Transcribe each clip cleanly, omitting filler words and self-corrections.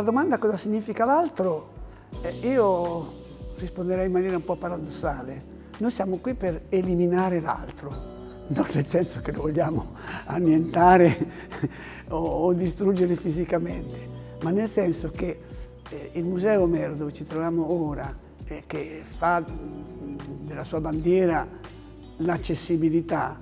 alla domanda cosa significa l'altro, io risponderei in maniera un po' paradossale. Noi siamo qui per eliminare l'altro, non nel senso che lo vogliamo annientare o distruggere fisicamente, ma nel senso che il Museo Omero, dove ci troviamo ora, che fa della sua bandiera l'accessibilità,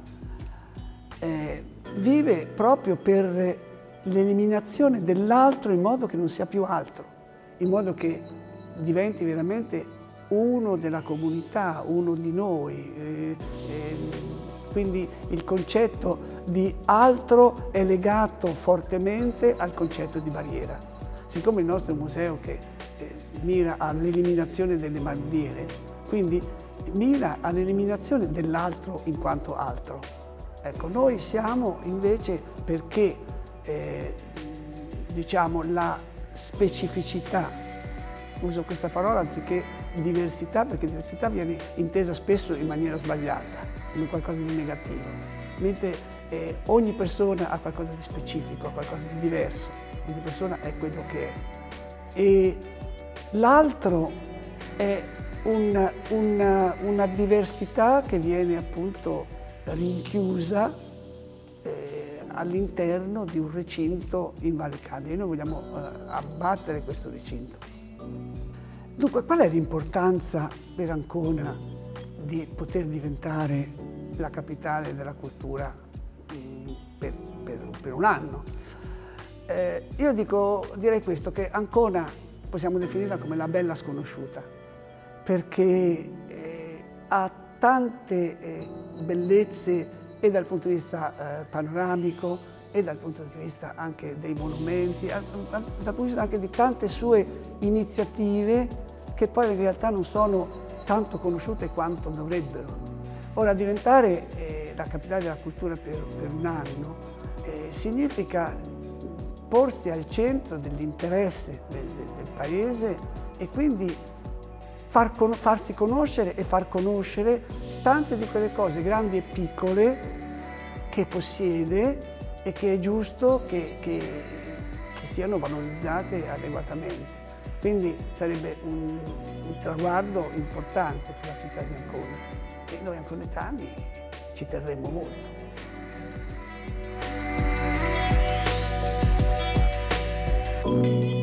vive proprio per l'eliminazione dell'altro in modo che non sia più altro, in modo che diventi veramente uno della comunità, uno di noi. Quindi il concetto di altro è legato fortemente al concetto di barriera. Siccome il nostro è un museo che mira all'eliminazione delle barriere, quindi mira all'eliminazione dell'altro in quanto altro. Ecco, noi siamo invece perché diciamo la specificità, uso questa parola anziché diversità, perché diversità viene intesa spesso in maniera sbagliata, come qualcosa di negativo, mentre ogni persona ha qualcosa di specifico, ha qualcosa di diverso, ogni persona è quello che è. E l'altro è una diversità che viene appunto rinchiusa all'interno di un recinto invalicabile. Noi vogliamo abbattere questo recinto. Dunque, qual è l'importanza per Ancona di poter diventare la capitale della cultura per un anno? Io direi questo, che Ancona possiamo definirla come la bella sconosciuta, perché ha tante bellezze e dal punto di vista panoramico e dal punto di vista anche dei monumenti, dal punto di vista anche di tante sue iniziative che poi in realtà non sono tanto conosciute quanto dovrebbero. Ora, diventare la capitale della cultura per un anno significa porsi al centro dell'interesse del Paese e quindi farsi conoscere e far conoscere tante di quelle cose grandi e piccole che possiede e che è giusto che siano valorizzate adeguatamente. Quindi sarebbe un traguardo importante per la città di Ancona e noi anconetani ci terremmo molto.